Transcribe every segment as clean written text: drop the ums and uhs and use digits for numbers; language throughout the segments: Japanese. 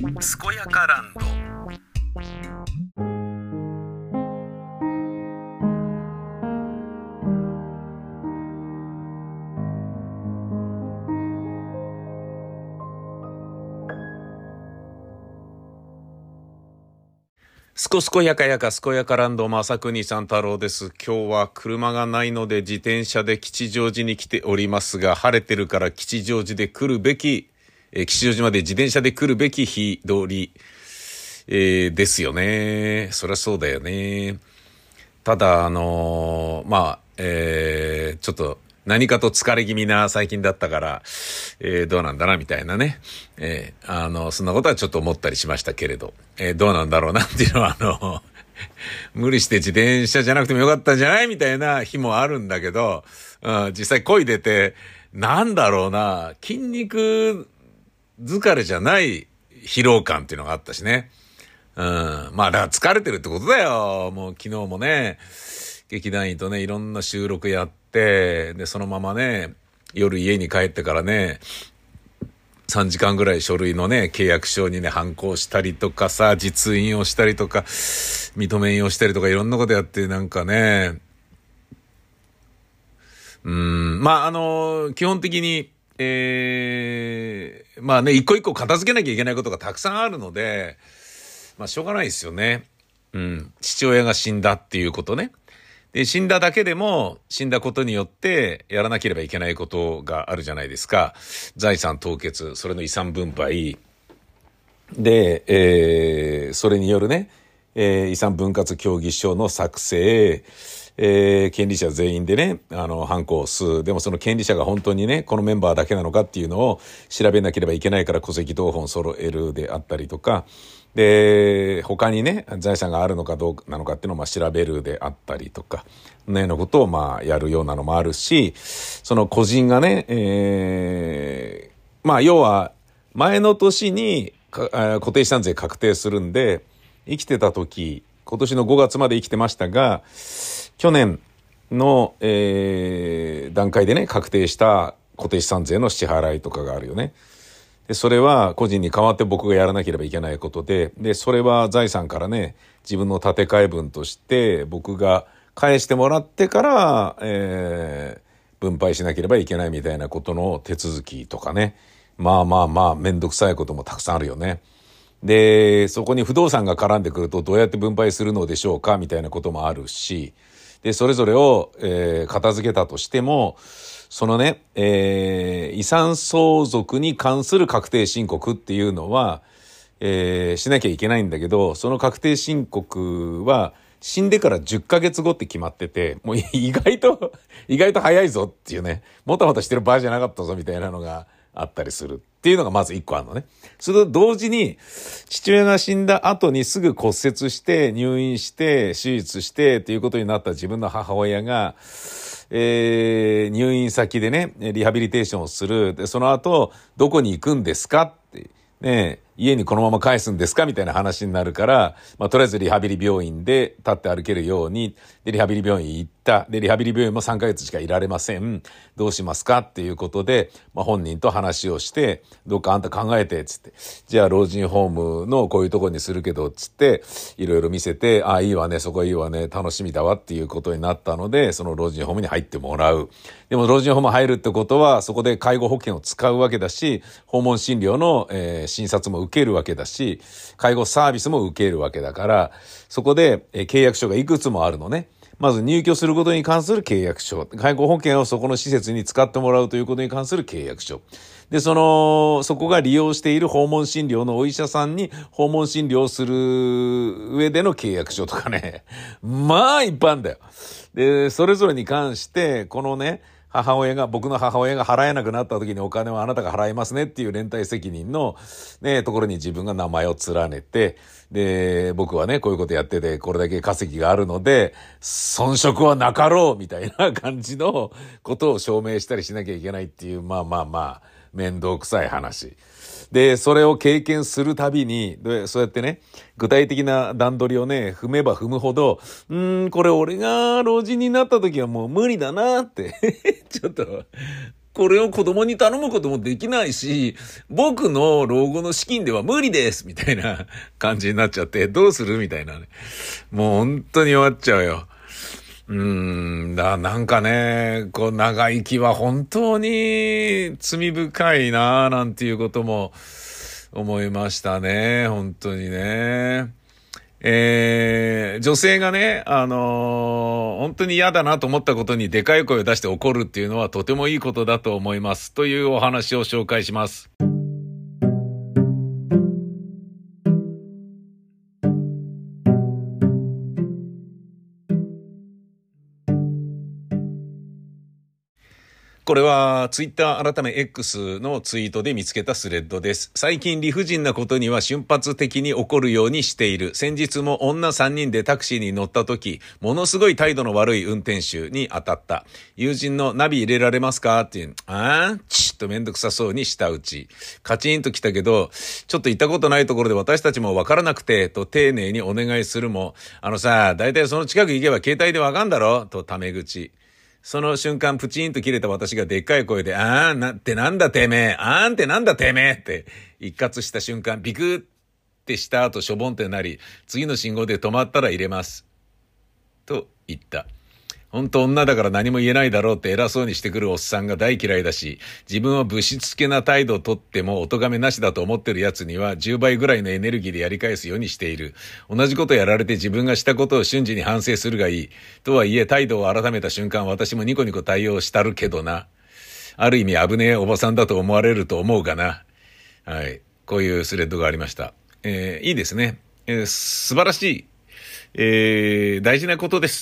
健やかランド。すこやかやか健やかランド正国さん太郎です。今日は車がないので自転車で吉祥寺に来ておりますが、晴れてるから吉祥寺で来るべき、吉祥寺まで自転車で来るべき日通り、ですよね。そりゃそうだよね。ただちょっと何かと疲れ気味な最近だったから、どうなんだなみたいなね、そんなことはちょっと思ったりしましたけれど、どうなんだろうなっていうのは無理して自転車じゃなくてもよかったんじゃないみたいな日もあるんだけど、実際漕いでてなんだろうな、筋肉疲れじゃない疲労感っていうのがあったしね。だから疲れてるってことだよ。もう昨日もね、劇団員とね、いろんな収録やって、で、そのままね、夜家に帰ってからね、3時間ぐらい書類のね、契約書にね、反抗したりとかさ、実印をしたりとか、認め印をしたりとか、いろんなことやって、なんかね、基本的に、一個一個片付けなきゃいけないことがたくさんあるので、しょうがないですよね。父親が死んだっていうことね。で、死んだだけでも、死んだことによってやらなければいけないことがあるじゃないですか。財産凍結、それの遺産分配。で、それによるね、遺産分割協議書の作成、権利者全員でね、判子を押す。でもその権利者が本当にね、このメンバーだけなのかっていうのを調べなければいけないから戸籍謄本揃えるであったりとか、で、他にね、財産があるのかどうなのかっていうのを調べるであったりとか、のようなことをやるようなのもあるし、その個人がね、要は前の年に固定資産税確定するんで、生きてた時、今年の5月まで生きてましたが、去年の、段階でね、確定した固定資産税の支払いとかがあるよね。で、それは個人に代わって僕がやらなければいけないことで、で、それは財産からね、自分の建て替え分として僕が返してもらってから、分配しなければいけないみたいなことの手続きとかね。めんどくさいこともたくさんあるよね。で、そこに不動産が絡んでくるとどうやって分配するのでしょうかみたいなこともあるし、で、それぞれを、片付けたとしても、そのね、遺産相続に関する確定申告っていうのは、しなきゃいけないんだけど、その確定申告は死んでから10ヶ月後って決まってて、もう意外と早いぞっていうね、もたもたしてる場合じゃなかったぞみたいなのがあったりするっていうのがまず一個あるのね。それと同時に、父親が死んだ後にすぐ骨折して入院して手術してっていうことになった自分の母親が、入院先でね、リハビリテーションをする。で、その後、どこに行くんですかって、ね、家にこのまま返すんですかみたいな話になるから、とりあえずリハビリ病院で立って歩けるように、で、リハビリ病院行った。で、リハビリ病院も3ヶ月しかいられません。どうしますかっていうことで、本人と話をして、どっかあんた考えて、つって。じゃあ、老人ホームのこういうとこにするけど、つって、いろいろ見せて、いいわね、そこいいわね、楽しみだわっていうことになったので、その老人ホームに入ってもらう。でも、老人ホーム入るってことは、そこで介護保険を使うわけだし、訪問診療の、診察も受けるわけだし、介護サービスも受けるわけだから、そこで、契約書がいくつもあるのね。まず入居することに関する契約書。介護保険をそこの施設に使ってもらうということに関する契約書。で、そこが利用している訪問診療のお医者さんに訪問診療をする上での契約書とかね。いっぱいあるんだよ。で、それぞれに関して、このね、僕の母親が払えなくなった時にお金はあなたが払いますねっていう連帯責任のね、ところに自分が名前を連ねて、で、僕はね、こういうことやってて、これだけ稼ぎがあるので、遜色はなかろうみたいな感じのことを証明したりしなきゃいけないっていう、面倒くさい話。で、それを経験するたびに、そうやってね、具体的な段取りをね、踏めば踏むほど、これ俺が老人になった時はもう無理だなって、ちょっとこれを子供に頼むこともできないし、僕の老後の資金では無理ですみたいな感じになっちゃって、どうするみたいなね。もう本当に終わっちゃうよ。なんかね、こう長生きは本当に罪深いななんていうことも思いましたね。本当にね。女性がね、本当に嫌だなと思ったことにでかい声を出して怒るっていうのはとてもいいことだと思います。というお話を紹介します。これはツイッター改め X のツイートで見つけたスレッドです。最近理不尽なことには瞬発的に起こるようにしている。先日も女3人でタクシーに乗った時、ものすごい態度の悪い運転手に当たった。友人のナビ入れられますかっていう、チッとめんどくさそうに舌打ち。カチンと来たけど、ちょっと行ったことないところで私たちもわからなくて、と丁寧にお願いするも、だいたいその近く行けば携帯でわかんだろとタメ口。その瞬間プチンと切れた私がでっかい声で、ってなんだてめえ、ってなんだてめえって一括した瞬間、ビクってした後しょぼんってなり、次の信号で止まったら入れます。と言った。本当女だから何も言えないだろうって偉そうにしてくるおっさんが大嫌いだし、自分はぶしつけな態度をとってもお咎めなしだと思ってる奴には10倍ぐらいのエネルギーでやり返すようにしている。同じことやられて自分がしたことを瞬時に反省するがいい。とはいえ態度を改めた瞬間私もニコニコ対応したるけどな。ある意味危ねえおばさんだと思われると思うがな。はい。こういうスレッドがありました。いいですね。素晴らしい。大事なことです。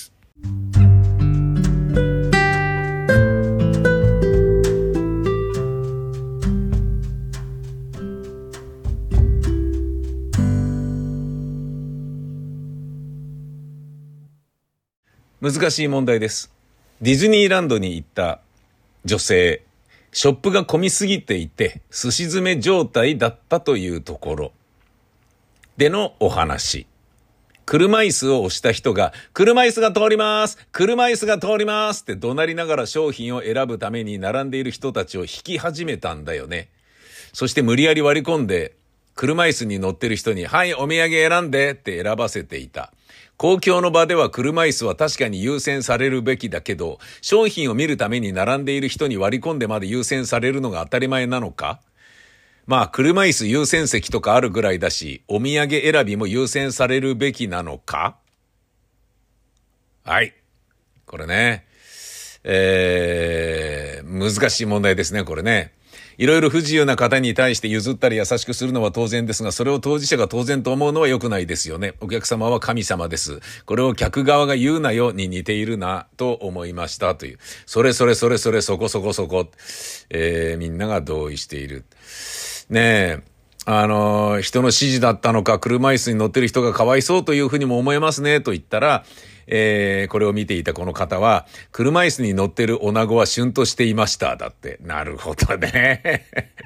難しい問題です。ディズニーランドに行った女性、ショップが混みすぎていて、すし詰め状態だったというところでのお話。車椅子を押した人が、車椅子が通ります車椅子が通りますって怒鳴りながら商品を選ぶために並んでいる人たちを引き始めたんだよね。そして無理やり割り込んで、車椅子に乗ってる人に、はい、お土産選んでって選ばせていた。公共の場では車椅子は確かに優先されるべきだけど、商品を見るために並んでいる人に割り込んでまで優先されるのが当たり前なのか？まあ、車椅子優先席とかあるぐらいだし、お土産選びも優先されるべきなのか？はい。これね。難しい問題ですね、これね。いろいろ不自由な方に対して譲ったり優しくするのは当然ですが、それを当事者が当然と思うのは良くないですよね。お客様は神様です。これを客側が言うなよに似ているなと思いましたという。それそこそこ、みんなが同意している。ねえ。人の指示だったのか、車椅子に乗ってる人がかわいそうというふうにも思えますねと言ったら、これを見ていたこの方は、車椅子に乗ってる女子はシュンとしていました。だって。なるほどね。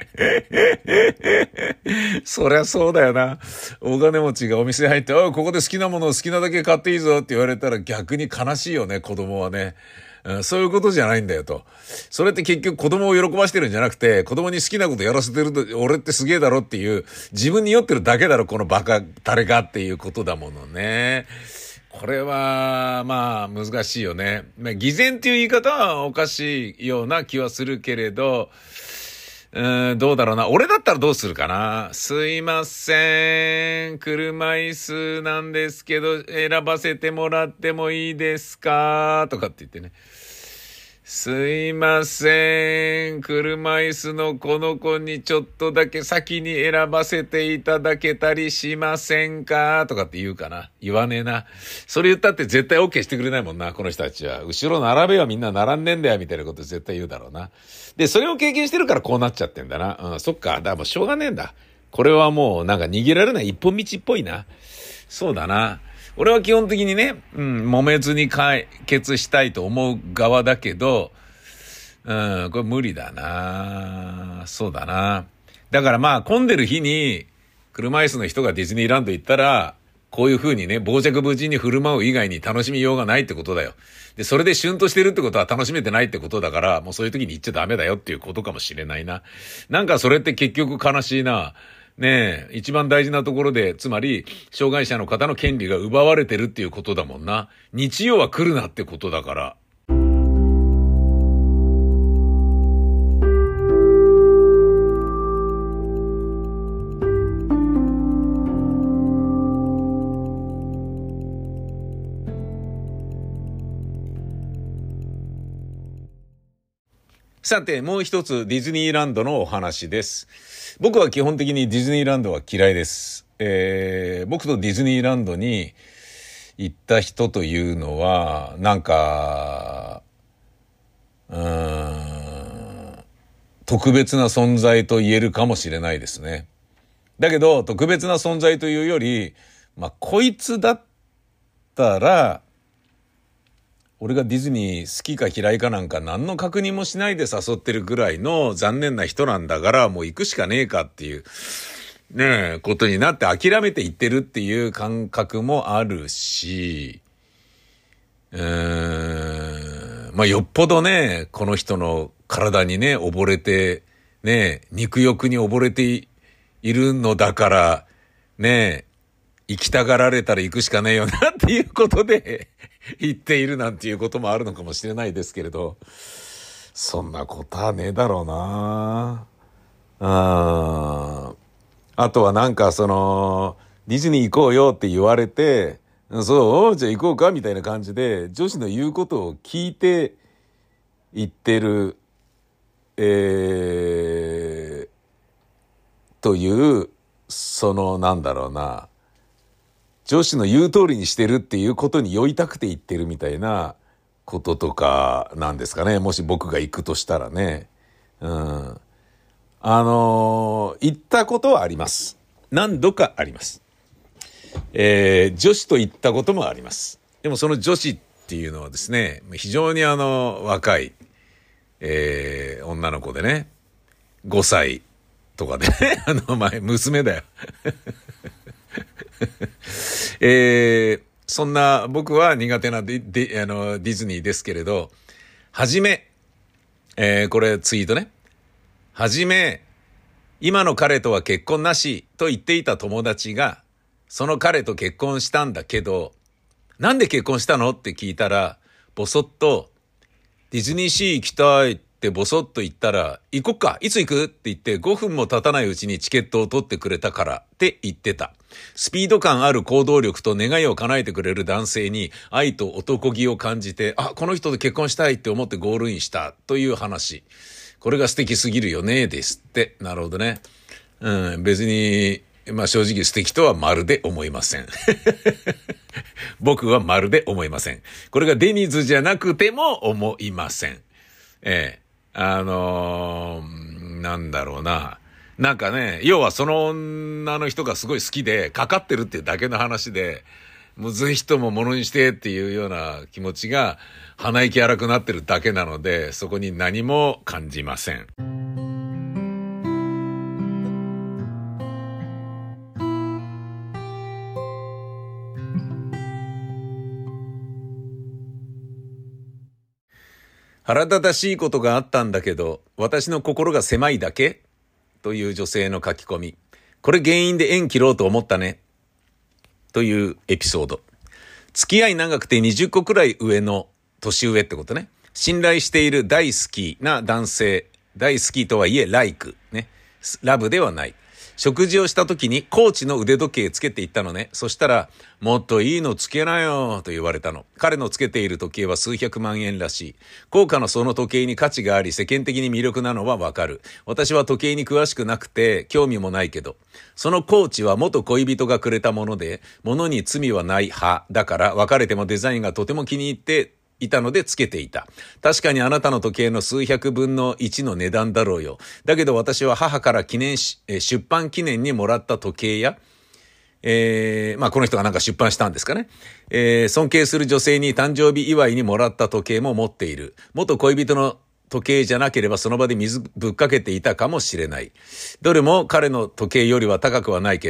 そりゃそうだよな。大金持ちがお店入って、ここで好きなものを好きなだけ買っていいぞって言われたら逆に悲しいよね、子供はね。そういうことじゃないんだよと。それって結局子供を喜ばしてるんじゃなくて、子供に好きなことやらせてると、俺ってすげえだろっていう、自分に酔ってるだけだろ、このバカ、誰かっていうことだものね。これは、まあ、難しいよね。偽善っていう言い方はおかしいような気はするけれど、どうだろうな。俺だったらどうするかな。すいません。車椅子なんですけど、選ばせてもらってもいいですかとかって言ってね。すいません。車椅子のこの子にちょっとだけ先に選ばせていただけたりしませんかとかって言うかな。言わねえな。それ言ったって絶対 OK してくれないもんな、この人たちは。後ろ並べはみんな並んでんだよ、みたいなこと絶対言うだろうな。で、それを経験してるからこうなっちゃってんだな。そっか。だからもうしょうがねえんだ。これはもうなんか逃げられない一本道っぽいな。そうだな。俺は基本的にね、揉めずに解決したいと思う側だけど、これ無理だな。そうだな。だからまあ混んでる日に車椅子の人がディズニーランド行ったらこういう風にね、傍若無人に振る舞う以外に楽しみようがないってことだよ。で、それでシュンとしてるってことは楽しめてないってことだから、もうそういう時に言っちゃダメだよっていうことかもしれないな。なんかそれって結局悲しいな。ねえ、一番大事なところで、つまり、障害者の方の権利が奪われてるっていうことだもんな。日曜は来るなってことだから。さて、もう一つディズニーランドのお話です。僕は基本的にディズニーランドは嫌いです。僕とディズニーランドに行った人というのは、なんか、特別な存在と言えるかもしれないですね。だけど、特別な存在というより、こいつだったら、俺がディズニー好きか嫌いかなんか何の確認もしないで誘ってるぐらいの残念な人なんだからもう行くしかねえかっていうねえことになって諦めて行ってるっていう感覚もあるし、よっぽどねこの人の体にね溺れてね肉欲に溺れているのだからね行きたがられたら行くしかねえよなっていうことで言っているなんていうこともあるのかもしれないですけれど、そんなことはねえだろうな。あとはなんかディズニー行こうよって言われて、そうじゃあ行こうかみたいな感じで女子の言うことを聞いて言ってる、というなんだろうな。上司の言う通りにしてるっていうことに酔いたくて言ってるみたいなこととかなんですかね。もし僕が行くとしたらね。行ったことはあります。何度かあります。女子と行ったこともあります。でもその女子っていうのはですね、非常に若い、女の子でね、5歳とかでね、娘だよ。そんな僕は苦手なディズニーですけれど、はじめ、これツイートね。はじめ、今の彼とは結婚なしと言っていた友達が、その彼と結婚したんだけど、なんで結婚したのって聞いたら、ボソッと、ディズニーシー行きたいってボソッと言ったら、行こっか、いつ行くって言って5分も経たないうちにチケットを取ってくれたからって言ってた。スピード感ある行動力と願いを叶えてくれる男性に愛と男気を感じて、この人と結婚したいって思ってゴールインしたという話。これが素敵すぎるよね、ですって。なるほどね。別に、正直素敵とはまるで思いません。僕はまるで思いません。これがデニーズじゃなくても思いません。なんだろうな。なんかね、要はその女の人がすごい好きで、かかってるっていうだけの話で、もうぜひともものにしてっていうような気持ちが鼻息荒くなってるだけなので、そこに何も感じません。腹立たしいことがあったんだけど、私の心が狭いだけという女性の書き込み。これ原因で縁切ろうと思ったね。というエピソード。付き合い長くて20個くらい上の年上ってことね。信頼している大好きな男性。大好きとはいえ、ライク。ね。ラブではない。食事をした時にコーチの腕時計つけていったのね。そしたら、もっといいのつけなよと言われたの。彼のつけている時計は数百万円らしい。高価なその時計に価値があり世間的に魅力なのはわかる。私は時計に詳しくなくて興味もないけど。そのコーチは元恋人がくれたもので、物に罪はない派だから別れてもデザインがとても気に入っていたのでつけていた。確かにあなたの時計の数百分の1の値段だろうよ。だけど私は母から出版記念にもらった時計や、この人がなんか出版したんですかね。尊敬する女性に誕生日祝いにもらった時計も持っている。元恋人の時計じゃなければその場で水ぶっかけていたかもしれない。どれも彼の時計よりは高くはないけ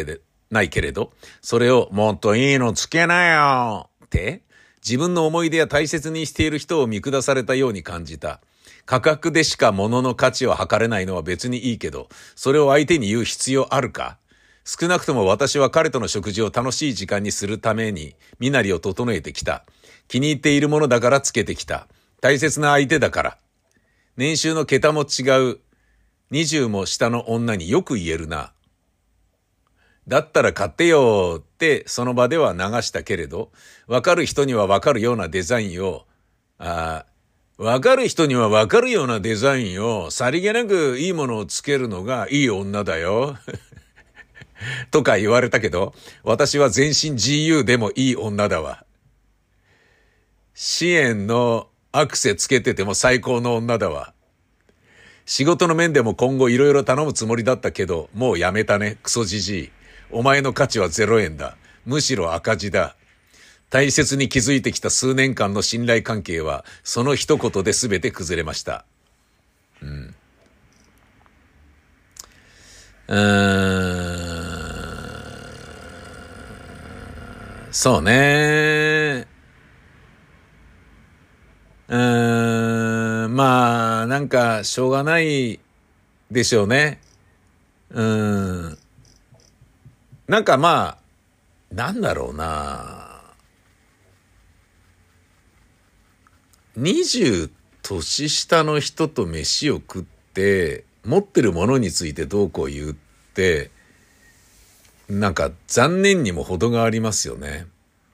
ないけれど、それをもっといいのつけなよって、自分の思い出や大切にしている人を見下されたように感じた。価格でしか物の価値を測れないのは別にいいけど、それを相手に言う必要あるか？少なくとも私は彼との食事を楽しい時間にするために身なりを整えてきた。気に入っているものだからつけてきた。大切な相手だから。年収の桁も違う20も下の女によく言えるな。だったら買ってよってその場では流したけれど、わかる人にはわかるようなデザインを、わかる人にはわかるようなデザインをさりげなくいいものをつけるのがいい女だよ。とか言われたけど、私は全身 GU でもいい女だわ。支援のアクセつけてても最高の女だわ。仕事の面でも今後いろいろ頼むつもりだったけど、もうやめたね、クソじじい。お前の価値は0円だ。むしろ赤字だ。大切に築いてきた数年間の信頼関係は、その一言で全て崩れました。そうね。まあ、なんか、しょうがないでしょうね。なんかまあ、なんだろうな。20年下の人と飯を食って、持ってるものについてどうこう言って、なんか残念にも程がありますよね。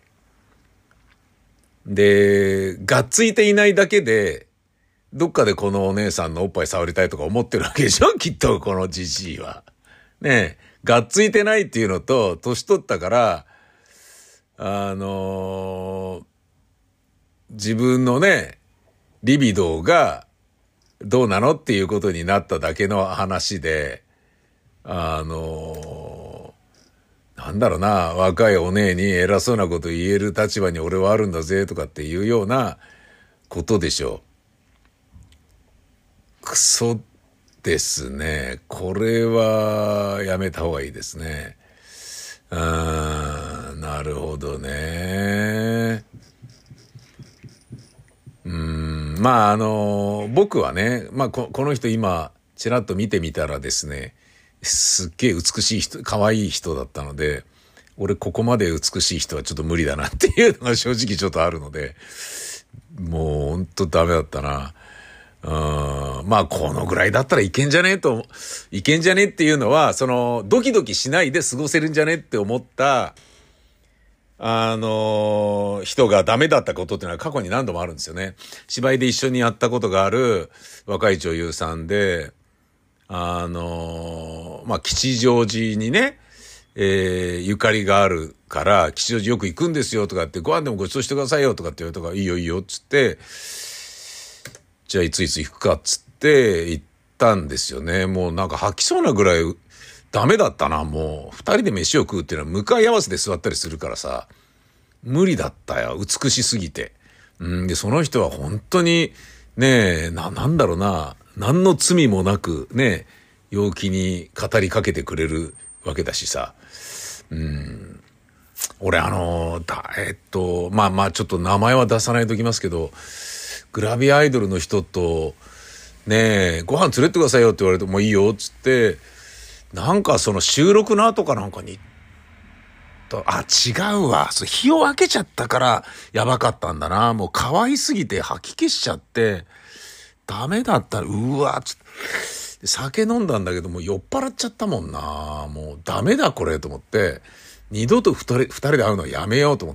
で、がっついていないだけで、どっかでこのお姉さんのおっぱい触りたいとか思ってるわけでしょきっと、このじじいは。ねえ、がっついてないっていうのと、年取ったから、自分のね、リビドーがどうなのっていうことになっただけの話で、なんだろうな、若いお姉に偉そうなこと言える立場に俺はあるんだぜとかっていうようなことでしょう。クソですね。これはやめた方がいいですね。なるほどね。まあ僕はね、まあこの人今ちらっと見てみたらですね、すっげえ美しい人、可愛い人だったので、俺ここまで美しい人はちょっと無理だなっていうのが正直ちょっとあるので、もうほんとダメだったな。まあこのぐらいだったらいけんじゃねえっていうのは、そのドキドキしないで過ごせるんじゃねって思った人がダメだったことっていうのは過去に何度もあるんですよね。芝居で一緒にやったことがある若い女優さんで、まあ、吉祥寺にね、ゆかりがあるから、吉祥寺よく行くんですよとかって、ご飯でもご馳走してくださいよとかって言われたから、いいよいいよっつって、じゃあいついつ行くかっつって行ったんですよね。もうなんか吐きそうなぐらいダメだったな、もう。二人で飯を食うっていうのは向かい合わせで座ったりするからさ、無理だったよ。美しすぎて。で、その人は本当に、ねえ、なんだろうな、何の罪もなく、ね、陽気に語りかけてくれるわけだしさ。俺まあちょっと名前は出さないときますけど、グラビアアイドルの人と、ねえ、ご飯連れてってくださいよって言われてもういいよっつって、なんかその収録の後かなんかに違うわ。日を分けちゃったからやばかったんだな。もう可愛すぎて吐き消しちゃって、ダメだった。うわ、酒飲んだんだけどもう酔っ払っちゃったもんな。もうダメだこれと思って、二度と二人で会うのやめようと思って、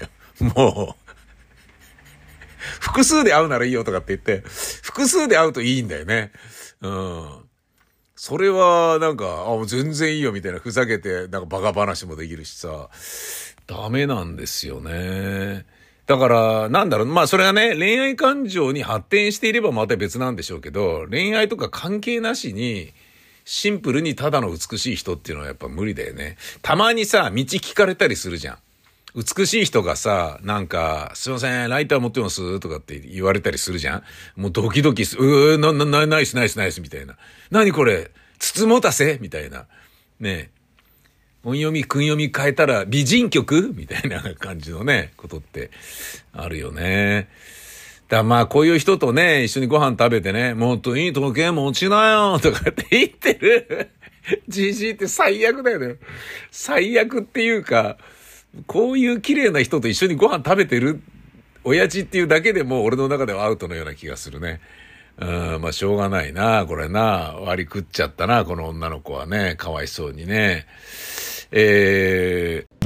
もう、複数で会うならいいよとかって言って、複数で会うといいんだよね。それはなんか、全然いいよみたいなふざけて、なんかバカ話もできるしさ、ダメなんですよね。だから、なんだろう、まあそれがね、恋愛感情に発展していればまた別なんでしょうけど、恋愛とか関係なしに、シンプルにただの美しい人っていうのはやっぱ無理だよね。たまにさ、道聞かれたりするじゃん。美しい人がさ、なんか、すいません、ライター持ってますとかって言われたりするじゃん。もうドキドキナイスみたいな。何これ、つつもたせみたいな。ねえ。 音読み、訓読み変えたら美人曲みたいな感じのね、ことってあるよね。まあこういう人とね、一緒にご飯食べてね、もっといい時計持ちなよとかって言ってるじじいって最悪だよね。最悪っていうか、こういう綺麗な人と一緒にご飯食べてる親父っていうだけでも俺の中ではアウトのような気がするね。まあしょうがないな、これな。割り食っちゃったな、この女の子はね。かわいそうにね。